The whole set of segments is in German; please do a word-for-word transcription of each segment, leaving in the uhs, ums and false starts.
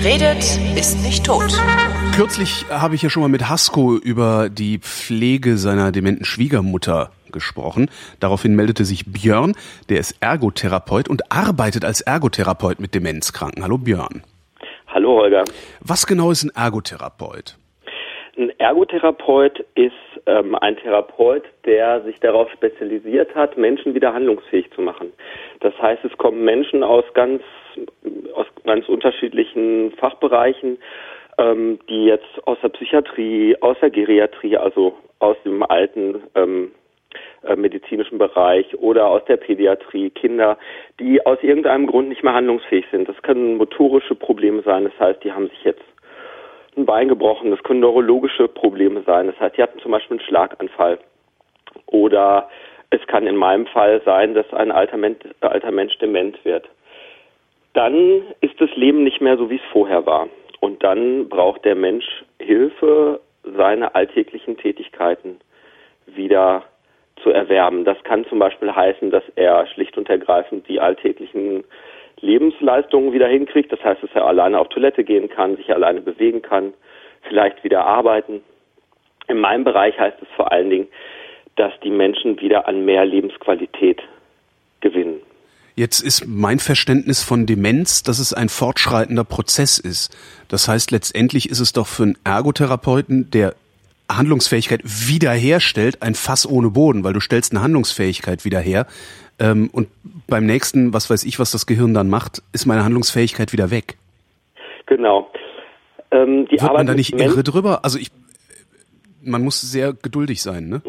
Wer redet, ist nicht tot. Kürzlich habe ich ja schon mal mit Hasko über die Pflege seiner dementen Schwiegermutter gesprochen. Daraufhin meldete sich Björn, der ist Ergotherapeut und arbeitet als Ergotherapeut mit Demenzkranken. Hallo Björn. Hallo Holger. Was genau ist ein Ergotherapeut? Ein Ergotherapeut ist ähm, ein Therapeut, der sich darauf spezialisiert hat, Menschen wieder handlungsfähig zu machen. Das heißt, es kommen Menschen aus ganz, aus ganz unterschiedlichen Fachbereichen, ähm, die jetzt aus der Psychiatrie, aus der Geriatrie, also aus dem alten ähm, äh, medizinischen Bereich oder aus der Pädiatrie, Kinder, die aus irgendeinem Grund nicht mehr handlungsfähig sind. Das können motorische Probleme sein, das heißt, die haben sich jetzt ein Bein gebrochen, das können neurologische Probleme sein, das heißt, die hatten zum Beispiel einen Schlaganfall. Oder es kann in meinem Fall sein, dass ein alter Mensch, alter Mensch dement wird. Dann ist das Leben nicht mehr so, wie es vorher war. Und dann braucht der Mensch Hilfe, seine alltäglichen Tätigkeiten wieder zu erwerben. Das kann zum Beispiel heißen, dass er schlicht und ergreifend die alltäglichen Lebensleistungen wieder hinkriegt. Das heißt, dass er alleine auf Toilette gehen kann, sich alleine bewegen kann, vielleicht wieder arbeiten. In meinem Bereich heißt es vor allen Dingen, dass die Menschen wieder an mehr Lebensqualität gewinnen. Jetzt ist mein Verständnis von Demenz, dass es ein fortschreitender Prozess ist. Das heißt, letztendlich ist es doch für einen Ergotherapeuten, der Handlungsfähigkeit wiederherstellt, ein Fass ohne Boden, weil du stellst eine Handlungsfähigkeit wieder her. Ähm, und beim nächsten, was weiß ich, was das Gehirn dann macht, ist meine Handlungsfähigkeit wieder weg. Genau. Ähm, die Wird Arbeit man da nicht irre Menschen- drüber? Also ich, man muss sehr geduldig sein, ne?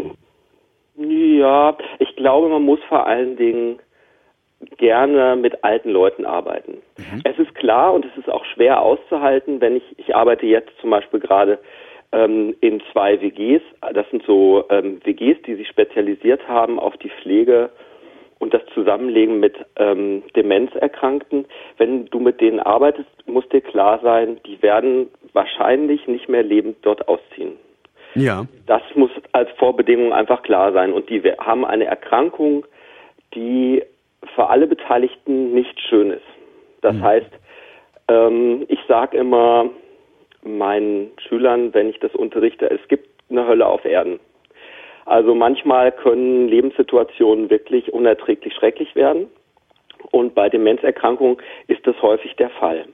Ja, ich glaube, man muss vor allen Dingen gerne mit alten Leuten arbeiten. Mhm. Es ist klar und es ist auch schwer auszuhalten, wenn ich, ich arbeite jetzt zum Beispiel gerade ähm, in zwei W Gs, das sind so ähm, W Gs, die sich spezialisiert haben auf die Pflege und das Zusammenlegen mit ähm, Demenzerkrankten. Wenn du mit denen arbeitest, muss dir klar sein, die werden wahrscheinlich nicht mehr lebend dort ausziehen. Ja. Das muss als Vorbedingung einfach klar sein. Und die haben eine Erkrankung, die für alle Beteiligten nicht schön ist. Das mhm. heißt, ähm, ich sage immer meinen Schülern, wenn ich das unterrichte, es gibt eine Hölle auf Erden. Also manchmal können Lebenssituationen wirklich unerträglich schrecklich werden. Und bei Demenzerkrankungen ist das häufig der Fall.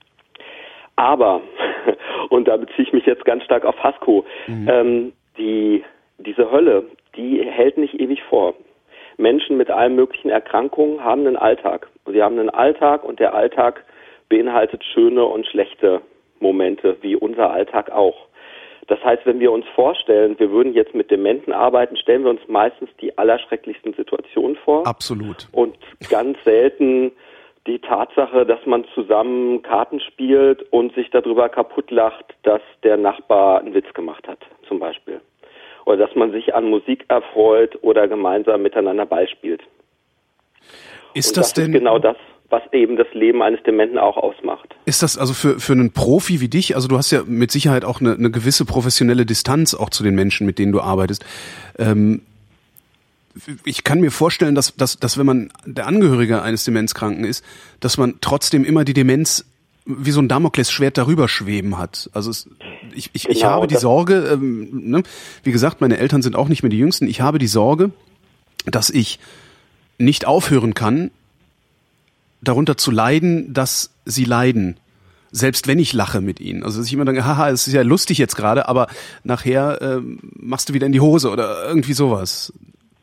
Aber, und da beziehe ich mich jetzt ganz stark auf Hasko, mhm. ähm, die, diese Hölle, die hält nicht ewig vor. Menschen mit allen möglichen Erkrankungen haben einen Alltag. Sie haben einen Alltag und der Alltag beinhaltet schöne und schlechte Momente, wie unser Alltag auch. Das heißt, wenn wir uns vorstellen, wir würden jetzt mit Dementen arbeiten, stellen wir uns meistens die allerschrecklichsten Situationen vor. Absolut. Und ganz selten die Tatsache, dass man zusammen Karten spielt und sich darüber kaputt lacht, dass der Nachbar einen Witz gemacht hat, zum Beispiel. Oder dass man sich an Musik erfreut oder gemeinsam miteinander Ball spielt. Ist und das, das denn ist genau das, was eben das Leben eines Dementen auch ausmacht. Ist das also für für einen Profi wie dich, also du hast ja mit Sicherheit auch eine, eine gewisse professionelle Distanz auch zu den Menschen, mit denen du arbeitest. Ähm, ich kann mir vorstellen, dass, dass, dass wenn man der Angehörige eines Demenzkranken ist, dass man trotzdem immer die Demenz wie so ein Damoklesschwert darüber schweben hat. Also es, ich, ich, genau, ich habe die Sorge, ähm, ne, wie gesagt, meine Eltern sind auch nicht mehr die Jüngsten, ich habe die Sorge, dass ich nicht aufhören kann, darunter zu leiden, dass sie leiden. Selbst wenn ich lache mit ihnen. Also dass ich immer denke, haha, es ist ja lustig jetzt gerade, aber nachher ähm, machst du wieder in die Hose oder irgendwie sowas.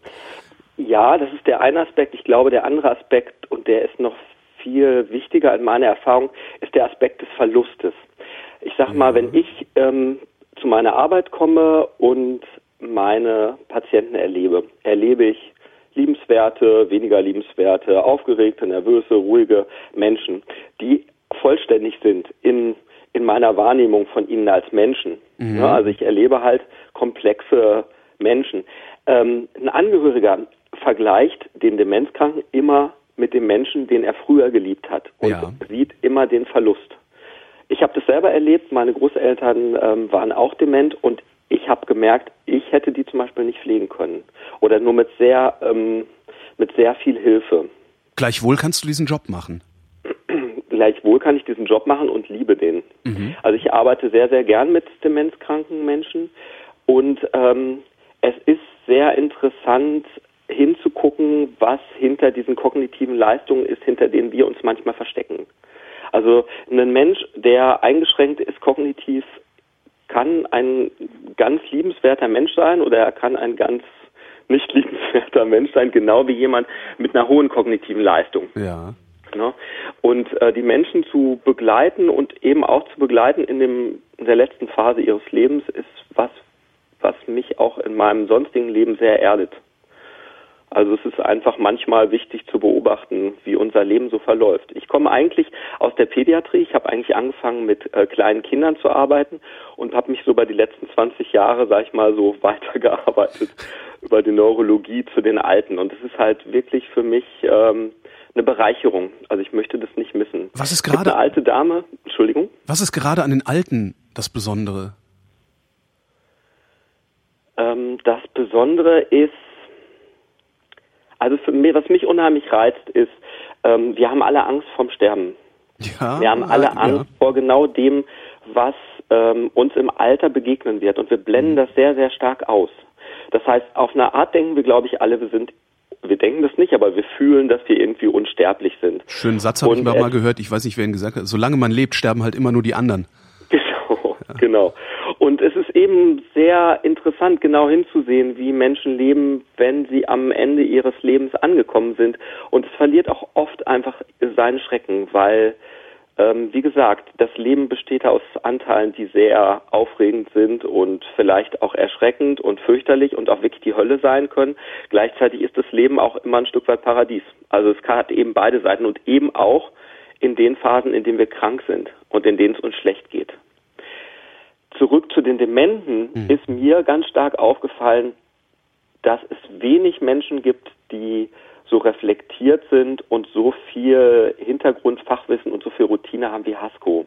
Ja, das ist der eine Aspekt. Ich glaube, der andere Aspekt, und der ist noch viel wichtiger in meiner Erfahrung, ist der Aspekt des Verlustes. Ich sag mal, wenn ich ähm, zu meiner Arbeit komme und meine Patienten erlebe, erlebe ich liebenswerte, weniger liebenswerte, aufgeregte, nervöse, ruhige Menschen, die vollständig sind in, in meiner Wahrnehmung von ihnen als Menschen. Mhm. Ja, also ich erlebe halt komplexe Menschen. Ähm, ein Angehöriger vergleicht den Demenzkranken immer mit dem Menschen, den er früher geliebt hat und ja. sieht immer den Verlust. Ich habe das selber erlebt, meine Großeltern ähm, waren auch dement und ich habe gemerkt, ich hätte die zum Beispiel nicht pflegen können oder nur mit sehr, ähm, mit sehr viel Hilfe. Gleichwohl kannst du diesen Job machen. gleichwohl kann ich diesen Job machen und liebe den. Mhm. Also ich arbeite sehr, sehr gern mit demenzkranken Menschen und ähm, es ist sehr interessant hinzugucken, was hinter diesen kognitiven Leistungen ist, hinter denen wir uns manchmal verstecken. Also ein Mensch, der eingeschränkt ist kognitiv, kann ein ganz liebenswerter Mensch sein oder er kann ein ganz nicht liebenswerter Mensch sein, genau wie jemand mit einer hohen kognitiven Leistung. Ja. Ne? Und äh, die Menschen zu begleiten und eben auch zu begleiten in dem in der letzten Phase ihres Lebens ist was, was mich auch in meinem sonstigen Leben sehr erdet. Also es ist einfach manchmal wichtig zu beobachten, wie unser Leben so verläuft. Ich komme eigentlich aus der Pädiatrie. Ich habe eigentlich angefangen mit äh, kleinen Kindern zu arbeiten und habe mich so über die letzten zwanzig Jahre, sag ich mal, so weitergearbeitet über die Neurologie zu den Alten. Und es ist halt wirklich für mich ähm, eine Bereicherung. Also ich möchte das nicht missen. Was ist gerade eine alte Dame? Entschuldigung. Was ist gerade an den Alten das Besondere? Ähm, das Besondere ist, also für mich, was mich unheimlich reizt, ist, ähm, wir haben alle Angst vorm Sterben. Ja, wir haben alle ja. Angst vor genau dem, was ähm, uns im Alter begegnen wird. Und wir blenden mhm. das sehr, sehr stark aus. Das heißt, auf eine Art denken wir, glaube ich, alle, wir sind, wir denken das nicht, aber wir fühlen, dass wir irgendwie unsterblich sind. Schönen Satz habe ich mal, mal gehört, ich weiß nicht, wer ihn gesagt hat, solange man lebt, sterben halt immer nur die anderen. Genau, ja. genau. Und es ist eben sehr interessant, genau hinzusehen, wie Menschen leben, wenn sie am Ende ihres Lebens angekommen sind. Und es verliert auch oft einfach seinen Schrecken, weil, ähm, wie gesagt, das Leben besteht aus Anteilen, die sehr aufregend sind und vielleicht auch erschreckend und fürchterlich und auch wirklich die Hölle sein können. Gleichzeitig ist das Leben auch immer ein Stück weit Paradies. Also es hat eben beide Seiten und eben auch in den Phasen, in denen wir krank sind und in denen es uns schlecht geht. Zurück zu den Dementen mhm. ist mir ganz stark aufgefallen, dass es wenig Menschen gibt, die so reflektiert sind und so viel Hintergrundfachwissen und so viel Routine haben wie Hasko.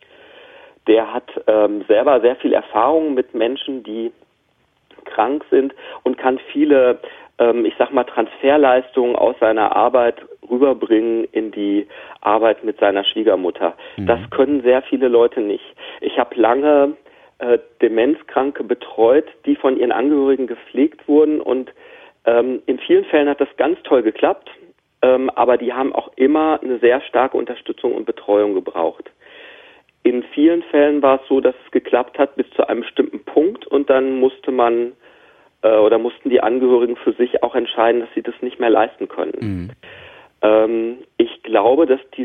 Der hat ähm, selber sehr viel Erfahrung mit Menschen, die krank sind und kann viele, ähm, ich sag mal, Transferleistungen aus seiner Arbeit rüberbringen in die Arbeit mit seiner Schwiegermutter. Mhm. Das können sehr viele Leute nicht. Ich habe lange äh, Demenzkranke betreut, die von ihren Angehörigen gepflegt wurden und ähm, in vielen Fällen hat das ganz toll geklappt, ähm, aber die haben auch immer eine sehr starke Unterstützung und Betreuung gebraucht. In vielen Fällen war es so, dass es geklappt hat bis zu einem bestimmten Punkt und dann musste man äh, oder mussten die Angehörigen für sich auch entscheiden, dass sie das nicht mehr leisten können. Mhm. Ähm, ich glaube, dass dies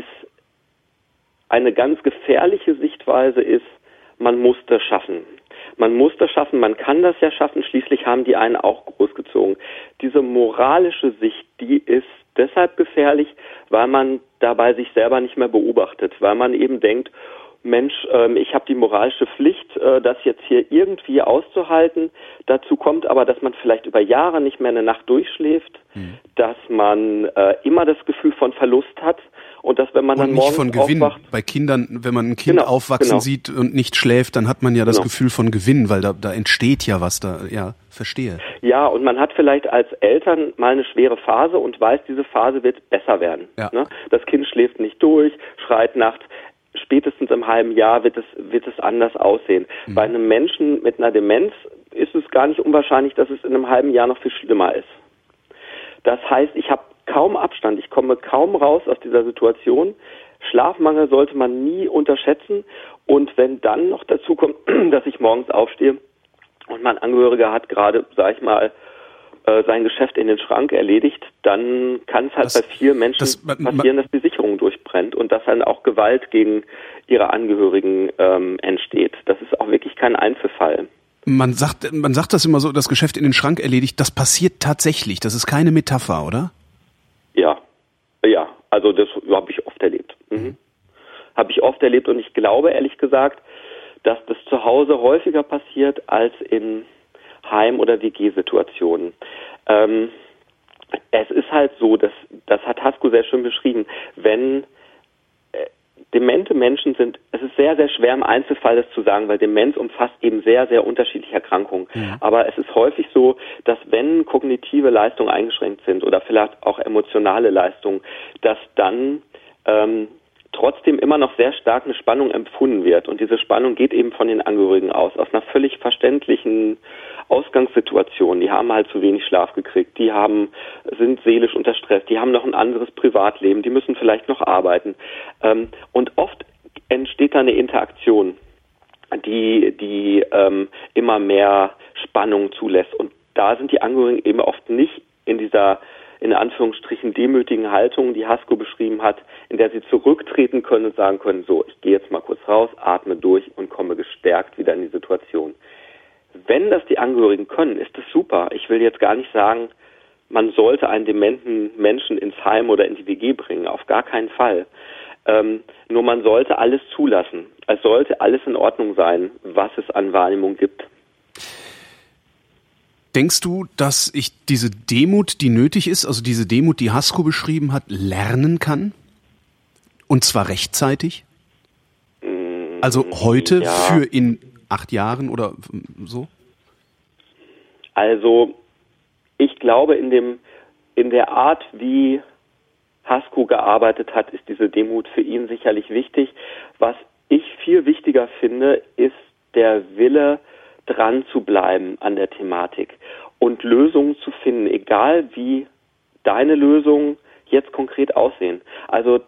eine ganz gefährliche Sichtweise ist, man muss das schaffen. Man muss das schaffen, man kann das ja schaffen, schließlich haben die einen auch großgezogen. Diese moralische Sicht, die ist deshalb gefährlich, weil man dabei sich selber nicht mehr beobachtet, weil man eben denkt, Mensch, ähm, ich habe die moralische Pflicht, äh, das jetzt hier irgendwie auszuhalten. Dazu kommt aber, dass man vielleicht über Jahre nicht mehr eine Nacht durchschläft, mhm. dass man äh, immer das Gefühl von Verlust hat und dass wenn man und dann nicht morgens von Gewinn. Aufwacht, bei Kindern, wenn man ein Kind genau, aufwachsen genau. sieht und nicht schläft, dann hat man ja das genau. Gefühl von Gewinn, weil da, da entsteht ja was da. Ja, verstehe. Ja, und man hat vielleicht als Eltern mal eine schwere Phase und weiß, diese Phase wird besser werden. Ja. Ne? Das Kind schläft nicht durch, schreit nachts. Spätestens im halben Jahr wird es, wird es anders aussehen. Mhm. Bei einem Menschen mit einer Demenz ist es gar nicht unwahrscheinlich, dass es in einem halben Jahr noch viel schlimmer ist. Das heißt, ich habe kaum Abstand, ich komme kaum raus aus dieser Situation. Schlafmangel sollte man nie unterschätzen. Und wenn dann noch dazu kommt, dass ich morgens aufstehe und mein Angehöriger hat gerade, sag ich mal, sein Geschäft in den Schrank erledigt, dann kann es halt das, bei vielen Menschen das, man, passieren, dass die Sicherung durchbrennt und dass dann auch Gewalt gegen ihre Angehörigen ähm, entsteht. Das ist auch wirklich kein Einzelfall. Man sagt, man sagt das immer so, das Geschäft in den Schrank erledigt, das passiert tatsächlich. Das ist keine Metapher, oder? Ja, ja, also das habe ich oft erlebt. Mhm. Mhm. Habe ich oft erlebt und ich glaube, ehrlich gesagt, dass das zu Hause häufiger passiert als in Heim- oder W G-Situationen. Ähm, es ist halt so, dass, das hat Hasko sehr schön beschrieben, wenn äh, demente Menschen sind, es ist sehr, sehr schwer im Einzelfall das zu sagen, weil Demenz umfasst eben sehr, sehr unterschiedliche Erkrankungen. Ja. Aber es ist häufig so, dass wenn kognitive Leistungen eingeschränkt sind oder vielleicht auch emotionale Leistungen, dass dann ähm, trotzdem immer noch sehr stark eine Spannung empfunden wird. Und diese Spannung geht eben von den Angehörigen aus, aus einer völlig verständlichen Ausgangssituation. Die haben halt zu wenig Schlaf gekriegt, die haben, sind seelisch unter Stress, die haben noch ein anderes Privatleben, die müssen vielleicht noch arbeiten. Ähm, und oft entsteht da eine Interaktion, die, die ähm, immer mehr Spannung zulässt. Und da sind die Angehörigen eben oft nicht in dieser, in Anführungsstrichen, demütigen Haltung, die Hasko beschrieben hat, in der sie zurücktreten können und sagen können, so, ich gehe jetzt mal kurz raus, atme durch und komme gestärkt wieder in die Situation. Wenn das die Angehörigen können, ist das super. Ich will jetzt gar nicht sagen, man sollte einen dementen Menschen ins Heim oder in die W G bringen, auf gar keinen Fall. Ähm, nur man sollte alles zulassen. Es sollte alles in Ordnung sein, was es an Wahrnehmung gibt. Denkst du, dass ich diese Demut, die nötig ist, also diese Demut, die Hasko beschrieben hat, lernen kann? Und zwar rechtzeitig? Also heute ja. für in acht Jahren oder so? Also ich glaube, in dem in der Art, wie Hasko gearbeitet hat, ist diese Demut für ihn sicherlich wichtig. Was ich viel wichtiger finde, ist der Wille, dran zu bleiben an der Thematik und Lösungen zu finden, egal wie deine Lösungen jetzt konkret aussehen. Also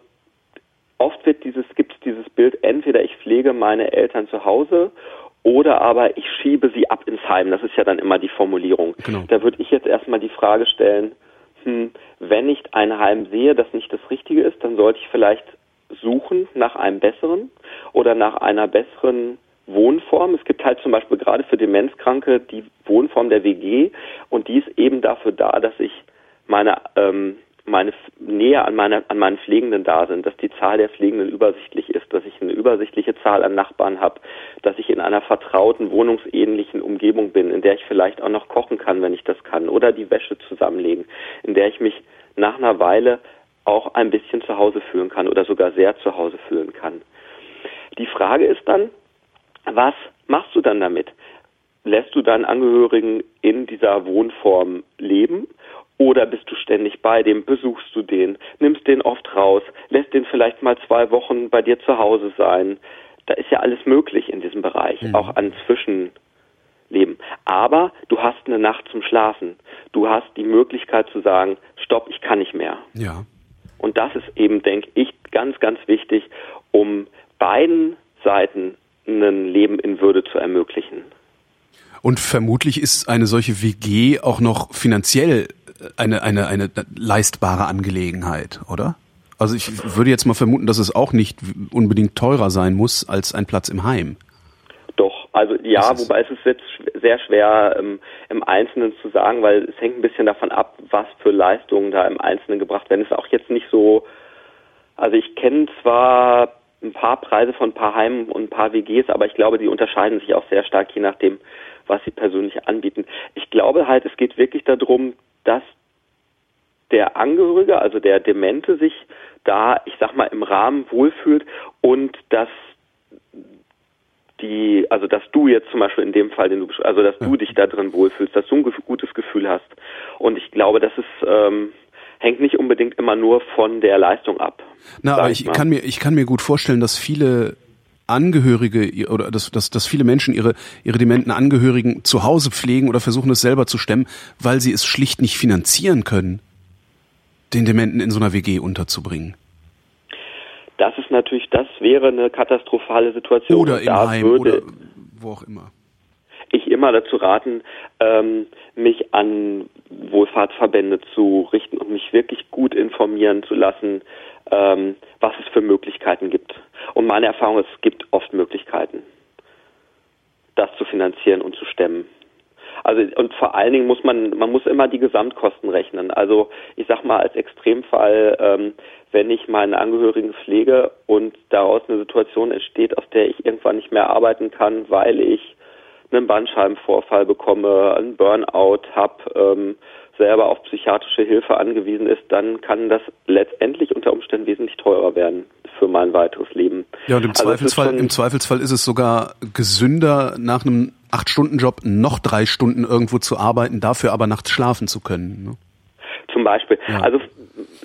oft wird dieses, gibt es dieses Bild, entweder ich pflege meine Eltern zu Hause oder aber ich schiebe sie ab ins Heim. Das ist ja dann immer die Formulierung. Genau. Da würde ich jetzt erstmal die Frage stellen, hm, wenn ich ein Heim sehe, das nicht das Richtige ist, dann sollte ich vielleicht suchen nach einem besseren oder nach einer besseren Wohnform. Es gibt halt zum Beispiel gerade für Demenzkranke die Wohnform der W G und die ist eben dafür da, dass ich meine ähm, meine Nähe an meine an meinen Pflegenden da sind, dass die Zahl der Pflegenden übersichtlich ist, dass ich eine übersichtliche Zahl an Nachbarn habe, dass ich in einer vertrauten, wohnungsähnlichen Umgebung bin, in der ich vielleicht auch noch kochen kann, wenn ich das kann, oder die Wäsche zusammenlegen, in der ich mich nach einer Weile auch ein bisschen zu Hause fühlen kann oder sogar sehr zu Hause fühlen kann. Die Frage ist dann, was machst du dann damit? Lässt du deinen Angehörigen in dieser Wohnform leben oder bist du ständig bei dem, besuchst du den, nimmst den oft raus, lässt den vielleicht mal zwei Wochen bei dir zu Hause sein? Da ist ja alles möglich in diesem Bereich, mhm. auch an Zwischenleben. Aber du hast eine Nacht zum Schlafen. Du hast die Möglichkeit zu sagen, stopp, ich kann nicht mehr. Ja. Und das ist eben, denke ich, ganz, ganz wichtig, um beiden Seiten ein Leben in Würde zu ermöglichen. Und vermutlich ist eine solche W G auch noch finanziell eine, eine, eine leistbare Angelegenheit, oder? Also ich würde jetzt mal vermuten, dass es auch nicht unbedingt teurer sein muss als ein Platz im Heim. Doch, also ja, wobei es ist jetzt sehr schwer ähm, im Einzelnen zu sagen, weil es hängt ein bisschen davon ab, was für Leistungen da im Einzelnen gebracht werden. Es ist auch jetzt nicht so, also ich kenne zwar ein paar Preise von ein paar Heimen und ein paar W Gs, aber ich glaube, die unterscheiden sich auch sehr stark, je nachdem, was sie persönlich anbieten. Ich glaube halt, es geht wirklich darum, dass der Angehörige, also der Demente, sich da, ich sag mal, im Rahmen wohlfühlt und dass die, also dass du jetzt zum Beispiel in dem Fall, den du, also dass du dich da drin wohlfühlst, dass du ein gutes Gefühl hast. Und ich glaube, das ist ähm, hängt nicht unbedingt immer nur von der Leistung ab. Na, aber ich, ich kann mir, ich kann mir gut vorstellen, dass viele Angehörige oder dass, dass, dass viele Menschen ihre, ihre dementen Angehörigen zu Hause pflegen oder versuchen es selber zu stemmen, weil sie es schlicht nicht finanzieren können, den Dementen in so einer W G unterzubringen. Das ist natürlich, das wäre eine katastrophale Situation. Oder im da Heim würde oder wo auch immer. Ich immer dazu raten, ähm, mich an Wohlfahrtsverbände zu richten und mich wirklich gut informieren zu lassen, ähm, was es für Möglichkeiten gibt. Und meine Erfahrung ist, es gibt oft Möglichkeiten, das zu finanzieren und zu stemmen. Also und vor allen Dingen muss man, man muss immer die Gesamtkosten rechnen. Also ich sag mal als Extremfall, ähm, wenn ich meinen Angehörigen pflege und daraus eine Situation entsteht, aus der ich irgendwann nicht mehr arbeiten kann, weil ich einen Bandscheibenvorfall bekomme, einen Burnout habe, ähm, selber auf psychiatrische Hilfe angewiesen ist, dann kann das letztendlich unter Umständen wesentlich teurer werden für mein weiteres Leben. Ja, und im also Zweifelsfall, im Zweifelsfall ist es sogar gesünder, nach einem acht-Stunden-Job noch drei Stunden irgendwo zu arbeiten, dafür aber nachts schlafen zu können. Ne? Zum Beispiel. Ja. Also ich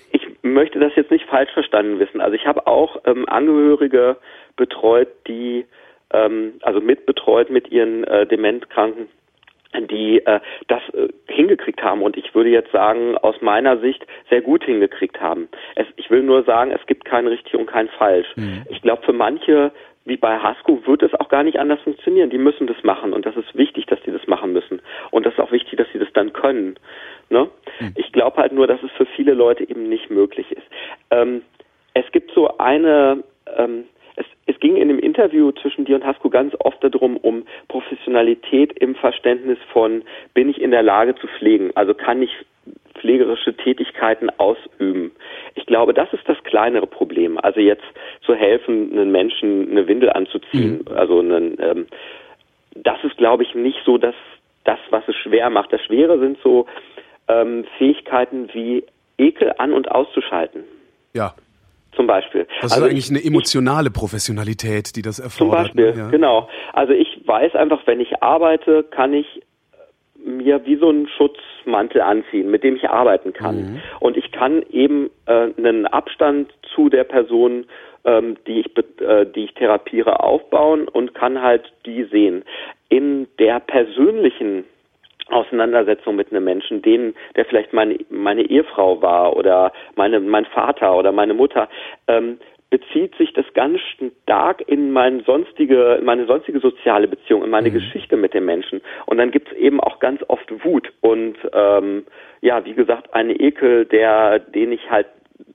möchte das jetzt nicht falsch verstanden wissen. Also ich habe auch ähm, Angehörige betreut, die, ähm, also mitbetreut mit ihren äh, Dementkranken, die äh, das äh, hingekriegt haben und ich würde jetzt sagen, aus meiner Sicht sehr gut hingekriegt haben. Es, ich will nur sagen, es gibt kein richtig und kein falsch. Mhm. Ich glaube, für manche, wie bei Hasko, wird es auch gar nicht anders funktionieren. Die müssen das machen und das ist wichtig, dass die das machen müssen. Und das ist auch wichtig, dass sie das dann können. Ne? Mhm. Ich glaube halt nur, dass es für viele Leute eben nicht möglich ist. Ähm, es gibt so eine... Ähm, Es, es ging in dem Interview zwischen dir und Hasko ganz oft darum, um Professionalität im Verständnis von, bin ich in der Lage zu pflegen? Also kann ich pflegerische Tätigkeiten ausüben? Ich glaube, das ist das kleinere Problem. Also jetzt zu helfen, einen Menschen eine Windel anzuziehen. Mhm. Also einen, ähm, das ist, glaube ich, nicht so das, das, was es schwer macht. Das Schwere sind so ähm, Fähigkeiten wie Ekel an- und auszuschalten. Ja. Zum Beispiel. Das ist also eigentlich ich, eine emotionale Professionalität, die das erfordert. Zum Beispiel, ne? Ja. Genau. Also ich weiß einfach, wenn ich arbeite, kann ich mir wie so einen Schutzmantel anziehen, mit dem ich arbeiten kann. Mhm. Und ich kann eben äh, einen Abstand zu der Person, ähm, die ich äh, die ich therapiere, aufbauen und kann halt die sehen. In der persönlichen Auseinandersetzung mit einem Menschen, den, der vielleicht meine meine Ehefrau war oder meine mein Vater oder meine Mutter, ähm, bezieht sich das ganz stark in meine sonstige, in meine sonstige soziale Beziehung, in meine mhm. Geschichte mit dem Menschen. Und dann gibt es eben auch ganz oft Wut und ähm, ja, wie gesagt, einen Ekel, der, den ich halt,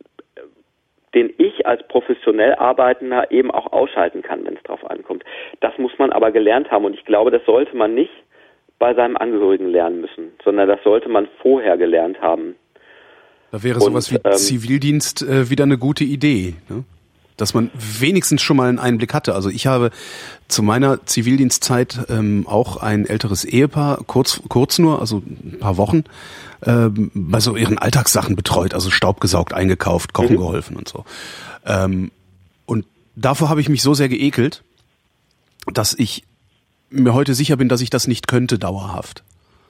den ich als professionell Arbeitender eben auch ausschalten kann, wenn es drauf ankommt. Das muss man aber gelernt haben und ich glaube, das sollte man nicht bei seinem Angehörigen lernen müssen, sondern das sollte man vorher gelernt haben. Da wäre sowas und, wie ähm, Zivildienst äh, wieder eine gute Idee, ne? Dass man wenigstens schon mal einen Einblick hatte. Also ich habe zu meiner Zivildienstzeit ähm, auch ein älteres Ehepaar, kurz kurz nur, also ein paar Wochen, ähm, bei so ihren Alltagssachen betreut, also Staub gesaugt, eingekauft, kochen mhm. geholfen und so. Ähm, und davor habe ich mich so sehr geekelt, dass ich mir heute sicher bin, dass ich das nicht könnte dauerhaft.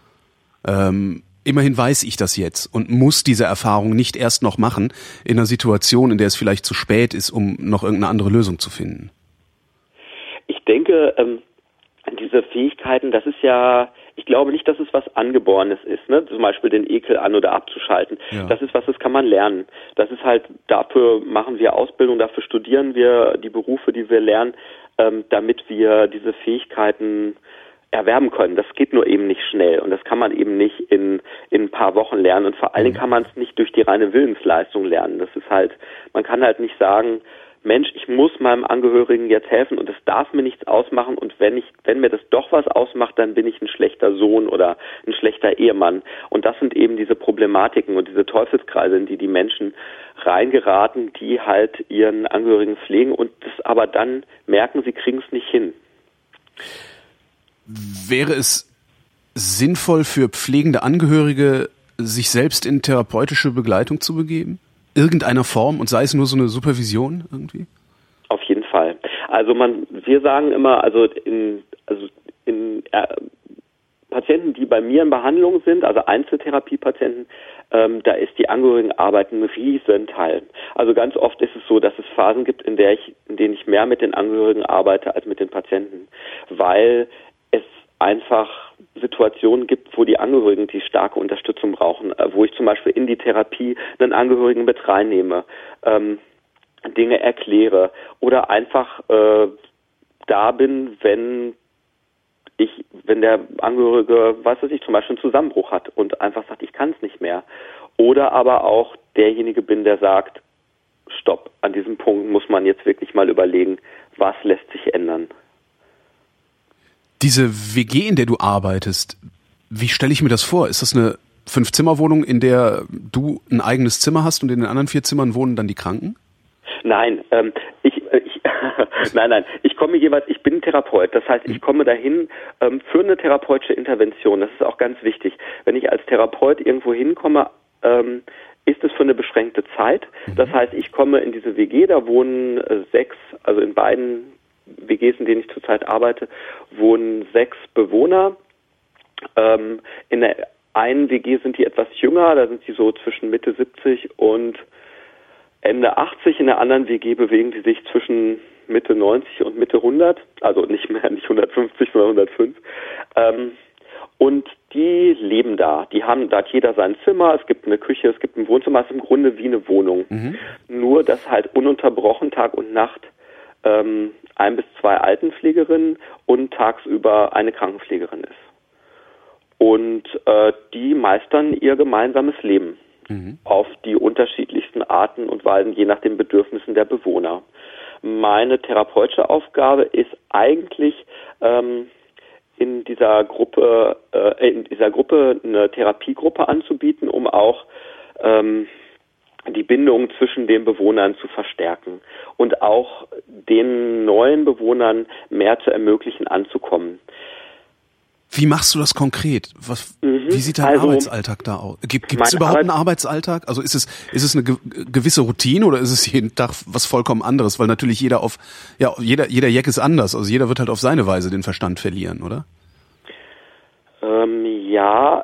Ähm, immerhin weiß ich das jetzt und muss diese Erfahrung nicht erst noch machen in einer Situation, in der es vielleicht zu spät ist, um noch irgendeine andere Lösung zu finden. Ich denke, ähm, diese Fähigkeiten, das ist ja, ich glaube nicht, dass es was Angeborenes ist, ne? Zum Beispiel den Ekel an- oder abzuschalten. Ja. Das ist was, das kann man lernen. Das ist halt, dafür machen wir Ausbildung, dafür studieren wir die Berufe, die wir lernen, ähm, damit wir diese Fähigkeiten erwerben können. Das geht nur eben nicht schnell und das kann man eben nicht in in ein paar Wochen lernen und vor allen Dingen kann man es nicht durch die reine Willensleistung lernen. Das ist halt, man kann halt nicht sagen, Mensch, ich muss meinem Angehörigen jetzt helfen und es darf mir nichts ausmachen und wenn ich, wenn mir das doch was ausmacht, dann bin ich ein schlechter Sohn oder ein schlechter Ehemann. Und das sind eben diese Problematiken und diese Teufelskreise, in die die Menschen reingeraten, die halt ihren Angehörigen pflegen und das aber dann merken, sie kriegen es nicht hin. Wäre es sinnvoll für pflegende Angehörige, sich selbst in therapeutische Begleitung zu begeben? Irgendeiner Form und sei es nur so eine Supervision irgendwie? Auf jeden Fall. Also man, wir sagen immer, also in, also in äh, Patienten, die bei mir in Behandlung sind, also Einzeltherapiepatienten, ähm, da ist die Angehörigenarbeit ein Riesenteil. Also ganz oft ist es so, dass es Phasen gibt, in der ich, in denen ich mehr mit den Angehörigen arbeite als mit den Patienten, weil es einfach Situationen gibt, wo die Angehörigen die starke Unterstützung brauchen, wo ich zum Beispiel in die Therapie einen Angehörigen mit reinnehme, ähm, Dinge erkläre oder einfach äh, da bin, wenn ich, wenn der Angehörige, was weiß ich, zum Beispiel einen Zusammenbruch hat und einfach sagt, ich kann es nicht mehr. Oder aber auch derjenige bin, der sagt, stopp, an diesem Punkt muss man jetzt wirklich mal überlegen, was lässt sich ändern. Diese W G, in der du arbeitest, wie stelle ich mir das vor? Ist das eine Fünf-Zimmer-Wohnung, in der du ein eigenes Zimmer hast und in den anderen vier Zimmern wohnen dann die Kranken? Nein, ähm, ich, ich nein, nein, ich komme jeweils, ich bin Therapeut, das heißt, ich komme dahin ähm, für eine therapeutische Intervention, das ist auch ganz wichtig. Wenn ich als Therapeut irgendwo hinkomme, ähm, ist es für eine beschränkte Zeit. Das heißt, ich komme in diese W G, da wohnen äh, sechs, also in beiden W Gs, in denen ich zurzeit arbeite, wohnen sechs Bewohner. Ähm, in der einen W G sind die etwas jünger, da sind sie so zwischen Mitte siebzig und Ende achtzig, in der anderen W G bewegen die sich zwischen Mitte neunzig und Mitte hundert, also nicht mehr, nicht hundertfünfzig, sondern hundertfünf. Ähm, und die leben da. Die haben, da hat jeder sein Zimmer, es gibt eine Küche, es gibt ein Wohnzimmer, es ist im Grunde wie eine Wohnung. Mhm. Nur, dass halt ununterbrochen Tag und Nacht ähm, ein bis zwei Altenpflegerinnen und tagsüber eine Krankenpflegerin ist. Und äh, die meistern ihr gemeinsames Leben mhm. auf die unterschiedlichsten Arten und Weisen, je nach den Bedürfnissen der Bewohner. Meine therapeutische Aufgabe ist eigentlich ähm, in dieser Gruppe, äh, in dieser Gruppe eine Therapiegruppe anzubieten, um auch ähm, die Bindung zwischen den Bewohnern zu verstärken und auch den neuen Bewohnern mehr zu ermöglichen, anzukommen. Wie machst du das konkret? Was, mhm. Wie sieht dein also, Arbeitsalltag da aus? Gibt es überhaupt Arbeit- einen Arbeitsalltag? Also ist es ist es eine ge- gewisse Routine oder ist es jeden Tag was vollkommen anderes? Weil natürlich jeder auf ja jeder jeder Jack ist anders. Also jeder wird halt auf seine Weise den Verstand verlieren, oder? Ähm, ja,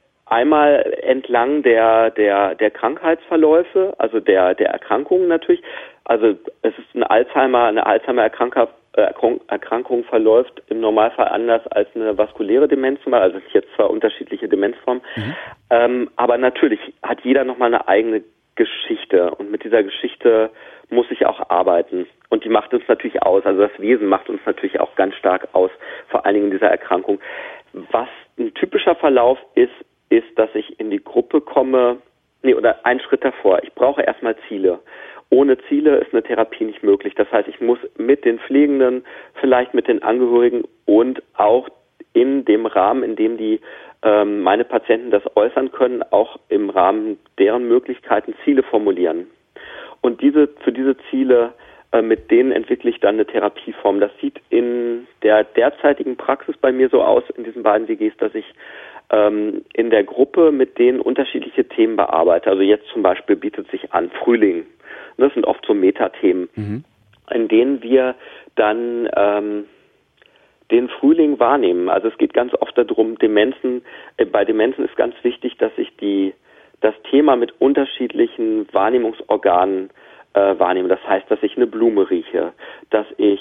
einmal entlang der der der Krankheitsverläufe, also der der Erkrankungen natürlich. Also es ist ein Alzheimer, eine Alzheimer-Erkrankung. Erkrankung verläuft im Normalfall anders als eine vaskuläre Demenz, also es sind jetzt zwar unterschiedliche Demenzformen, mhm. ähm, aber natürlich hat jeder nochmal eine eigene Geschichte und mit dieser Geschichte muss ich auch arbeiten und die macht uns natürlich aus, also das Wesen macht uns natürlich auch ganz stark aus, vor allen Dingen in dieser Erkrankung. Was ein typischer Verlauf ist, ist, dass ich in die Gruppe komme, nee, oder einen Schritt davor, ich brauche erstmal Ziele. Ohne Ziele ist eine Therapie nicht möglich. Das heißt, ich muss mit den Pflegenden, vielleicht mit den Angehörigen und auch in dem Rahmen, in dem die ähm, meine Patienten das äußern können, auch im Rahmen deren Möglichkeiten Ziele formulieren. Und diese für diese Ziele, äh, mit denen entwickle ich dann eine Therapieform. Das sieht in der derzeitigen Praxis bei mir so aus, in diesen beiden W Gs, dass ich ähm, in der Gruppe mit denen unterschiedliche Themen bearbeite. Also jetzt zum Beispiel bietet sich an Frühling. Das sind oft so Metathemen, mhm. in denen wir dann ähm, den Frühling wahrnehmen. Also es geht ganz oft darum, Demenzen, äh, bei Demenzen ist ganz wichtig, dass ich die das Thema mit unterschiedlichen Wahrnehmungsorganen äh, wahrnehme. Das heißt, dass ich eine Blume rieche, dass ich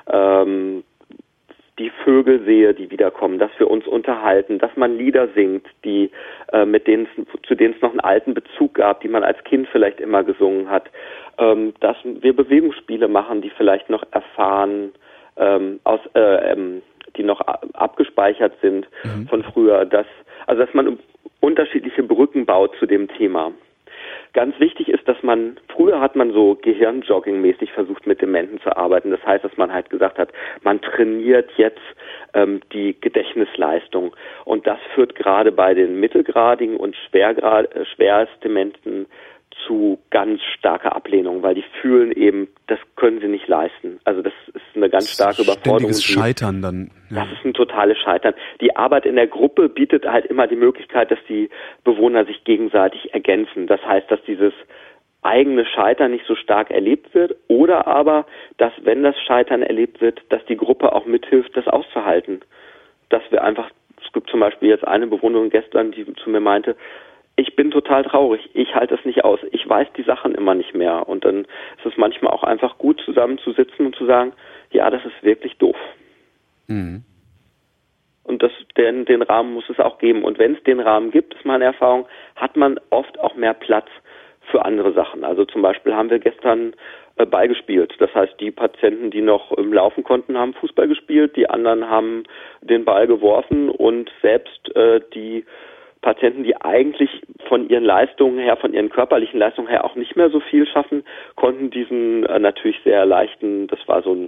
ähm, die Vögel sehe, die wiederkommen, dass wir uns unterhalten, dass man Lieder singt, die äh, mit denen zu denen es noch einen alten Bezug gab, die man als Kind vielleicht immer gesungen hat, ähm, dass wir Bewegungsspiele machen, die vielleicht noch erfahren, ähm, aus, äh, ähm, die noch abgespeichert sind mhm. von früher, dass also dass man unterschiedliche Brücken baut zu dem Thema. Ganz wichtig ist, dass man, früher hat man so Gehirnjogging-mäßig versucht, mit Dementen zu arbeiten. Das heißt, dass man halt gesagt hat, man trainiert jetzt ähm, die Gedächtnisleistung. Und das führt gerade bei den mittelgradigen und schwergrad, äh, schwerstdementen zu ganz starker Ablehnung, weil die fühlen eben, das können sie nicht leisten. Also das ist eine ganz starke Überforderung. Ständiges Scheitern dann. Ja. Das ist ein totales Scheitern. Die Arbeit in der Gruppe bietet halt immer die Möglichkeit, dass die Bewohner sich gegenseitig ergänzen. Das heißt, dass dieses eigene Scheitern nicht so stark erlebt wird oder aber, dass wenn das Scheitern erlebt wird, dass die Gruppe auch mithilft, das auszuhalten. Dass wir einfach, es gibt zum Beispiel jetzt eine Bewohnerin gestern, die zu mir meinte, ich bin total traurig, ich halte es nicht aus, ich weiß die Sachen immer nicht mehr. Und dann ist es manchmal auch einfach gut, zusammenzusitzen und zu sagen, ja, das ist wirklich doof. Mhm. Und das, den, den Rahmen muss es auch geben. Und wenn es den Rahmen gibt, ist meine Erfahrung, hat man oft auch mehr Platz für andere Sachen. Also zum Beispiel haben wir gestern äh, Ball gespielt. Das heißt, die Patienten, die noch ähm, laufen konnten, haben Fußball gespielt, die anderen haben den Ball geworfen und selbst äh, die Patienten, die eigentlich von ihren Leistungen her, von ihren körperlichen Leistungen her auch nicht mehr so viel schaffen, konnten diesen äh, natürlich sehr leichten, das war so ein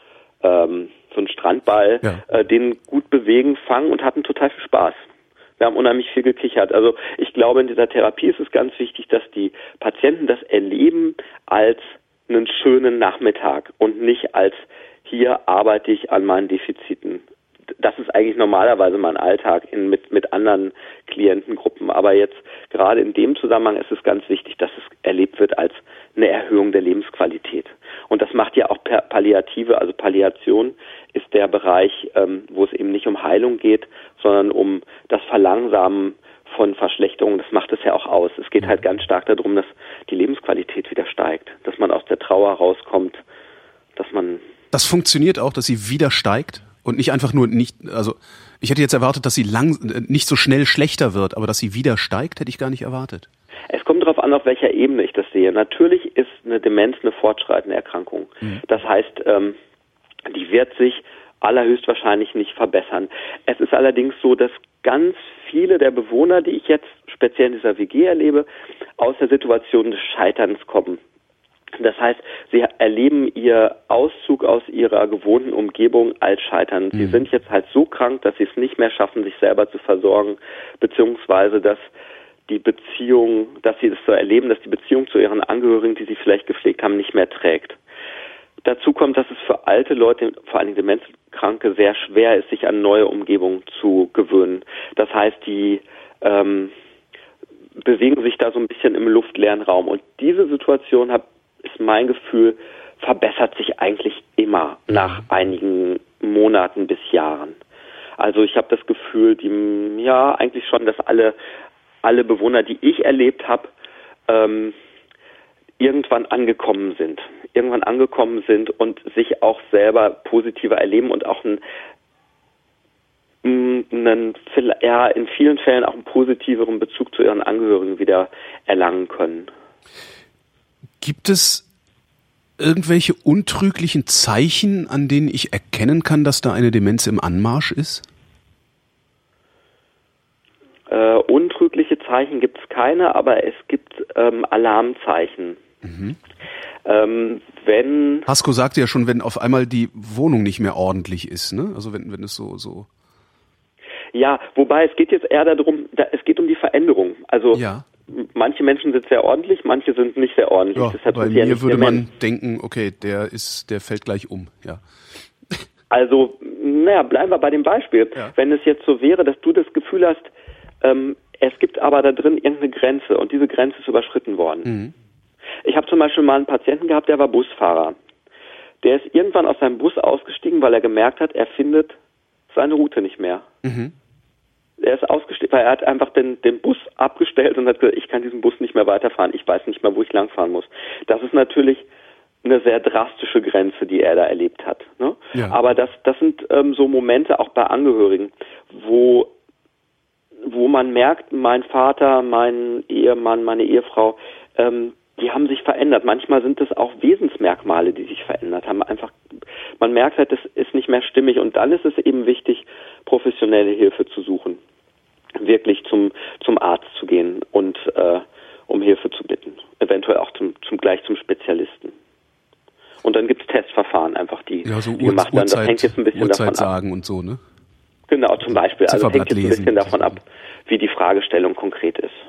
ähm, so ein Strandball, ja. äh, den gut bewegen, fangen und hatten total viel Spaß. Wir haben unheimlich viel gekichert. Also ich glaube, in dieser Therapie ist es ganz wichtig, dass die Patienten das erleben als einen schönen Nachmittag und nicht als hier arbeite ich an meinen Defiziten. Das ist eigentlich normalerweise mein Alltag in, mit, mit anderen Klientengruppen. Aber jetzt gerade in dem Zusammenhang ist es ganz wichtig, dass es erlebt wird als eine Erhöhung der Lebensqualität. Und das macht ja auch Palliative, also Palliation ist der Bereich, ähm, wo es eben nicht um Heilung geht, sondern um das Verlangsamen von Verschlechterung, das macht es ja auch aus. Es geht halt ganz stark darum, dass die Lebensqualität wieder steigt, dass man aus der Trauer rauskommt, dass man... Das funktioniert auch, dass sie wieder steigt und nicht einfach nur nicht, also ich hätte jetzt erwartet, dass sie lang, nicht so schnell schlechter wird, aber dass sie wieder steigt, hätte ich gar nicht erwartet. Es kommt darauf an, auf welcher Ebene ich das sehe. Natürlich ist eine Demenz eine fortschreitende Erkrankung. Mhm. Das heißt, ähm, die wird sich allerhöchstwahrscheinlich nicht verbessern. Es ist allerdings so, dass ganz viele der Bewohner, die ich jetzt speziell in dieser W G erlebe, aus der Situation des Scheiterns kommen. Das heißt, sie erleben ihr Auszug aus ihrer gewohnten Umgebung als Scheitern. Mhm. Sie sind jetzt halt so krank, dass sie es nicht mehr schaffen, sich selber zu versorgen, beziehungsweise dass die Beziehung, dass sie es so erleben, dass die Beziehung zu ihren Angehörigen, die sie vielleicht gepflegt haben, nicht mehr trägt. Dazu kommt, dass es für alte Leute, vor allem Demenzkranke, sehr schwer ist, sich an neue Umgebungen zu gewöhnen. Das heißt, die ähm, bewegen sich da so ein bisschen im luftleeren Raum. Und diese Situation, hab, ist mein Gefühl, verbessert sich eigentlich immer nach einigen Monaten bis Jahren. Also ich habe das Gefühl, die, ja, eigentlich schon, dass alle alle Bewohner, die ich erlebt habe, ähm, irgendwann angekommen sind. Irgendwann angekommen sind und sich auch selber positiver erleben und auch einen, einen, ja, in vielen Fällen auch einen positiveren Bezug zu ihren Angehörigen wieder erlangen können. Gibt es irgendwelche untrüglichen Zeichen, an denen ich erkennen kann, dass da eine Demenz im Anmarsch ist? Äh, untrügliche Zeichen gibt es keine, aber es gibt ähm, Alarmzeichen. Mhm. Ähm, wenn Hasko sagte ja schon, wenn auf einmal die Wohnung nicht mehr ordentlich ist, ne? Also wenn wenn es so so. Ja, wobei es geht jetzt eher darum, da, es geht um die Veränderung. Also ja. Manche Menschen sind sehr ordentlich, manche sind nicht sehr ordentlich. Ja, Deshalb bei sind mir ja würde man denken, okay, der ist, der fällt gleich um, ja. Also, naja, bleiben wir bei dem Beispiel. Ja. Wenn es jetzt so wäre, dass du das Gefühl hast, ähm, es gibt aber da drin irgendeine Grenze und diese Grenze ist überschritten worden. Mhm. Ich habe zum Beispiel mal einen Patienten gehabt, der war Busfahrer. Der ist irgendwann aus seinem Bus ausgestiegen, weil er gemerkt hat, er findet seine Route nicht mehr. Mhm. Er ist ausgestiegen, weil er hat einfach den, den Bus abgestellt und hat gesagt, ich kann diesen Bus nicht mehr weiterfahren, ich weiß nicht mehr, wo ich langfahren muss. Das ist natürlich eine sehr drastische Grenze, die er da erlebt hat. Ne? Ja. Aber das, das sind ähm, so Momente auch bei Angehörigen, wo wo man merkt, mein Vater, mein Ehemann, meine Ehefrau, ähm, die haben sich verändert. Manchmal sind es auch Wesensmerkmale, die sich verändert haben. Einfach, man merkt halt, das ist nicht mehr stimmig. Und dann ist es eben wichtig, professionelle Hilfe zu suchen. Wirklich zum zum Arzt zu gehen und äh, um Hilfe zu bitten. Eventuell auch zum, zum gleich zum Spezialisten. Und dann gibt es Testverfahren einfach, die, ja, so die gemacht werden. Das hängt jetzt ein bisschen Uhrzeit davon sagen ab. Und so, ne? Genau, zum Beispiel. Also hängt jetzt ein bisschen davon ab, wie die Fragestellung konkret ist.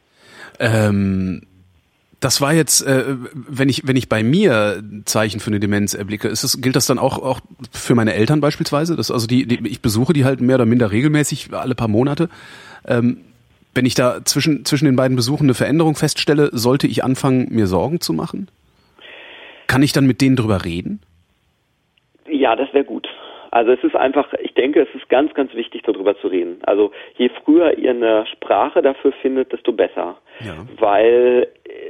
Ähm, das war jetzt, äh, wenn ich wenn ich bei mir Zeichen für eine Demenz erblicke, ist das, gilt das dann auch auch für meine Eltern beispielsweise? Das, also die, die ich besuche die halt mehr oder minder regelmäßig alle paar Monate. Ähm, wenn ich da zwischen zwischen den beiden Besuchen eine Veränderung feststelle, sollte ich anfangen, mir Sorgen zu machen? Kann ich dann mit denen drüber reden? Ja, das wäre gut. Also es ist einfach, ich denke, es ist ganz, ganz wichtig, darüber zu reden. Also je früher ihr eine Sprache dafür findet, desto besser. Ja. Weil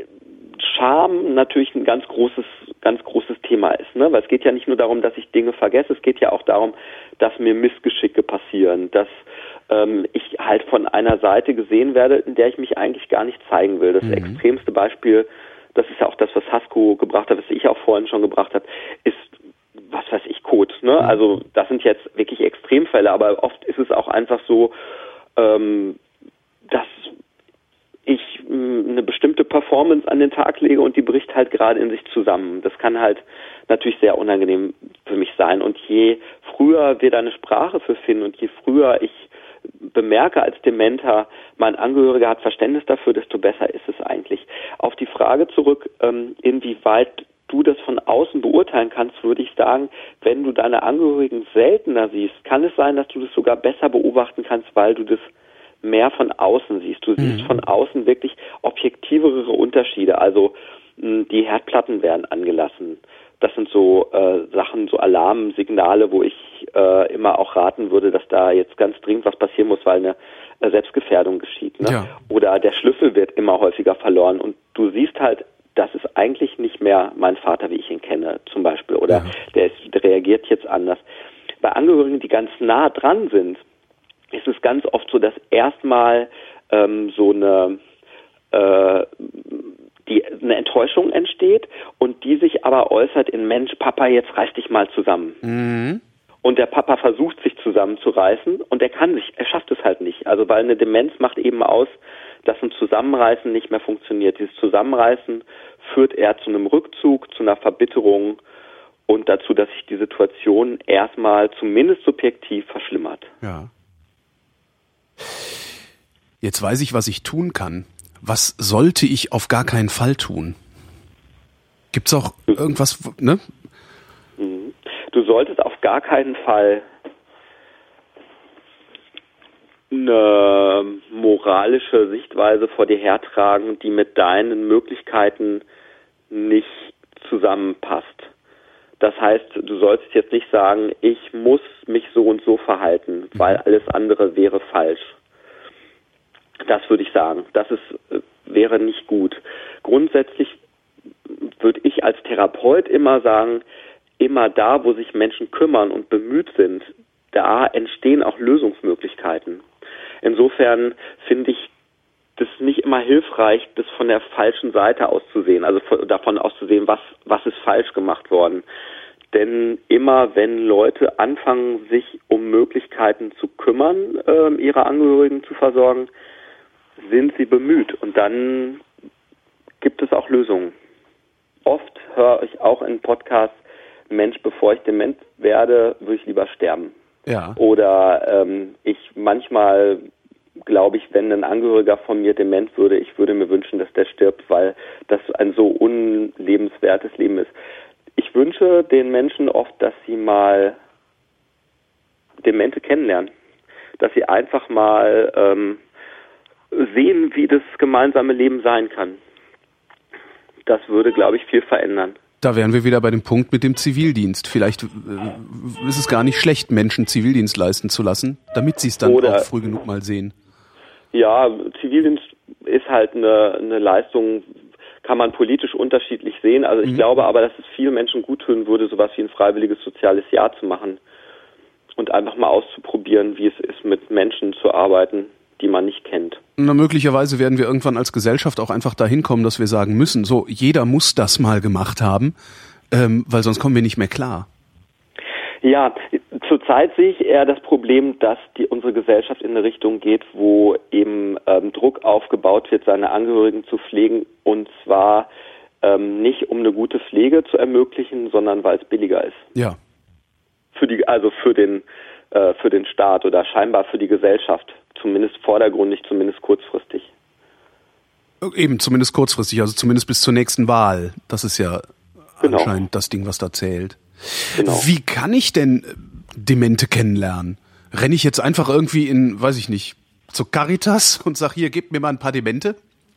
Scham natürlich ein ganz großes, ganz großes Thema ist, ne? Weil es geht ja nicht nur darum, dass ich Dinge vergesse, es geht ja auch darum, dass mir Missgeschicke passieren, dass ähm, ich halt von einer Seite gesehen werde, in der ich mich eigentlich gar nicht zeigen will. Das mhm. extremste Beispiel, das ist ja auch das, was Hasko gebracht hat, was ich auch vorhin schon gebracht habe, ist, was weiß ich, Code, ne? Mhm. Also das sind jetzt wirklich Extremfälle, aber oft ist es auch einfach so, ähm, dass ich mh, eine bestimmte Performance an den Tag lege und die bricht halt gerade in sich zusammen. Das kann halt natürlich sehr unangenehm für mich sein. Und je früher wir da eine Sprache für finden und je früher ich bemerke als Dementer, mein Angehöriger hat Verständnis dafür, desto besser ist es eigentlich. Auf die Frage zurück, ähm, inwieweit du das von außen beurteilen kannst, würde ich sagen, wenn du deine Angehörigen seltener siehst, kann es sein, dass du das sogar besser beobachten kannst, weil du das mehr von außen siehst. Du siehst mhm. von außen wirklich objektivere Unterschiede. Also mh, die Herdplatten werden angelassen. Das sind so äh, Sachen, so Alarmsignale, wo ich äh, immer auch raten würde, dass da jetzt ganz dringend was passieren muss, weil eine Selbstgefährdung geschieht. Ne? Ja. Oder der Schlüssel wird immer häufiger verloren und du siehst halt, das ist eigentlich nicht mehr mein Vater, wie ich ihn kenne, zum Beispiel. Oder ja. der, ist, der reagiert jetzt anders. Bei Angehörigen, die ganz nah dran sind, ist es ganz oft so, dass erstmal ähm, so eine, äh, die, eine Enttäuschung entsteht und die sich aber äußert in Mensch, Papa, jetzt reiß dich mal zusammen. Mhm. Und der Papa versucht, sich zusammenzureißen und er kann sich, er schafft es halt nicht. Also weil eine Demenz macht eben aus, dass ein Zusammenreißen nicht mehr funktioniert. Dieses Zusammenreißen führt eher zu einem Rückzug, zu einer Verbitterung und dazu, dass sich die Situation erstmal zumindest subjektiv verschlimmert. Ja. Jetzt weiß ich, was ich tun kann. Was sollte ich auf gar keinen Fall tun? Gibt's auch irgendwas, ne? Du solltest auf gar keinen Fall eine moralische Sichtweise vor dir hertragen, die mit deinen Möglichkeiten nicht zusammenpasst. Das heißt, du solltest jetzt nicht sagen, ich muss mich so und so verhalten, weil alles andere wäre falsch. Das würde ich sagen. Das ist, wäre nicht gut. Grundsätzlich würde ich als Therapeut immer sagen, immer da, wo sich Menschen kümmern und bemüht sind, da entstehen auch Lösungsmöglichkeiten. Insofern finde ich das nicht immer hilfreich, das von der falschen Seite aus zu sehen, also von, davon auszusehen, was, was ist falsch gemacht worden. Denn immer, wenn Leute anfangen, sich um Möglichkeiten zu kümmern, äh, ihre Angehörigen zu versorgen, sind sie bemüht und dann gibt es auch Lösungen. Oft höre ich auch in Podcasts, Mensch, bevor ich dement werde, würde ich lieber sterben. Ja. Oder ähm, ich manchmal glaube ich, wenn ein Angehöriger von mir dement würde, ich würde mir wünschen, dass der stirbt, weil das ein so unlebenswertes Leben ist. Ich wünsche den Menschen oft, dass sie mal Demente kennenlernen, dass sie einfach mal ähm, sehen, wie das gemeinsame Leben sein kann. Das würde, glaube ich, viel verändern. Da wären wir wieder bei dem Punkt mit dem Zivildienst. Vielleicht äh, ist es gar nicht schlecht, Menschen Zivildienst leisten zu lassen, damit sie es dann Oder, auch früh genug mal sehen. Ja, Zivildienst ist halt eine, eine Leistung, kann man politisch unterschiedlich sehen. Also ich mhm. glaube aber, dass es vielen Menschen gut tun würde, sowas wie ein freiwilliges soziales Jahr zu machen und einfach mal auszuprobieren, wie es ist, mit Menschen zu arbeiten, die man nicht kennt. Na, möglicherweise werden wir irgendwann als Gesellschaft auch einfach dahin kommen, dass wir sagen müssen, so, jeder muss das mal gemacht haben, ähm, weil sonst kommen wir nicht mehr klar. Ja, zurzeit sehe ich eher das Problem, dass die, unsere Gesellschaft in eine Richtung geht, wo eben ähm, Druck aufgebaut wird, seine Angehörigen zu pflegen, und zwar ähm, nicht um eine gute Pflege zu ermöglichen, sondern weil es billiger ist. Ja. Für die, also für den, äh, für den Staat oder scheinbar für die Gesellschaft. Zumindest vordergründig, zumindest kurzfristig. Eben, zumindest kurzfristig, also zumindest bis zur nächsten Wahl. Das ist ja genau. anscheinend das Ding, was da zählt. Genau. Wie kann ich denn Demente kennenlernen? Renne ich jetzt einfach irgendwie in, weiß ich nicht, zur Caritas und sag, hier, gebt mir mal ein paar Demente?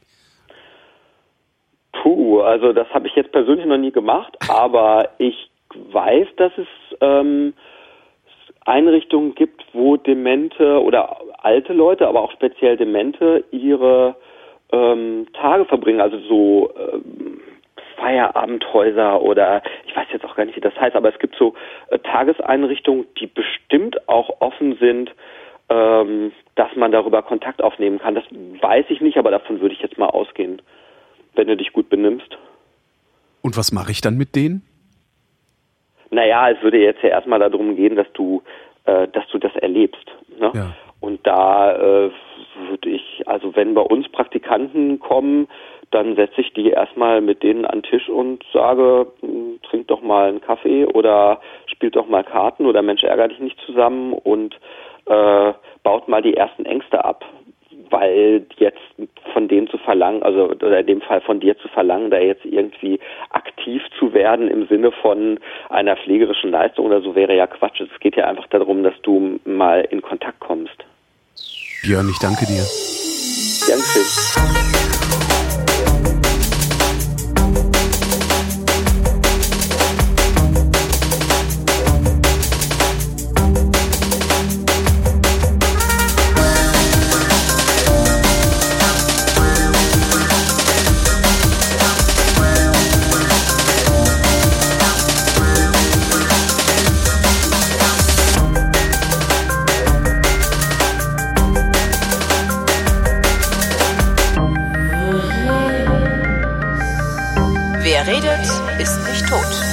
Puh, also das habe ich jetzt persönlich noch nie gemacht, aber ich weiß, dass es ähm, Einrichtungen gibt, wo Demente oder alte Leute, aber auch speziell Demente, ihre ähm, Tage verbringen, also so ähm, Feierabendhäuser oder ich weiß jetzt auch gar nicht, wie das heißt, aber es gibt so äh, Tageseinrichtungen, die bestimmt auch offen sind, ähm, dass man darüber Kontakt aufnehmen kann. Das weiß ich nicht, aber davon würde ich jetzt mal ausgehen, wenn du dich gut benimmst. Und was mache ich dann mit denen? Naja, es würde jetzt ja erstmal darum gehen, dass du, äh, dass du das erlebst. Ne? Ja. Und da äh, würde ich, also wenn bei uns Praktikanten kommen, dann setze ich die erstmal mit denen an den Tisch und sage, trink doch mal einen Kaffee oder spielt doch mal Karten oder Mensch, ärger dich nicht zusammen und äh, baut mal die ersten Ängste ab. Weil jetzt von denen zu verlangen, also oder in dem Fall von dir zu verlangen, da jetzt irgendwie aktiv zu werden im Sinne von einer pflegerischen Leistung oder so, wäre ja Quatsch. Es geht ja einfach darum, dass du mal in Kontakt kommst. Björn, ich danke dir. Gern geschehen. Wer redet, ist nicht tot.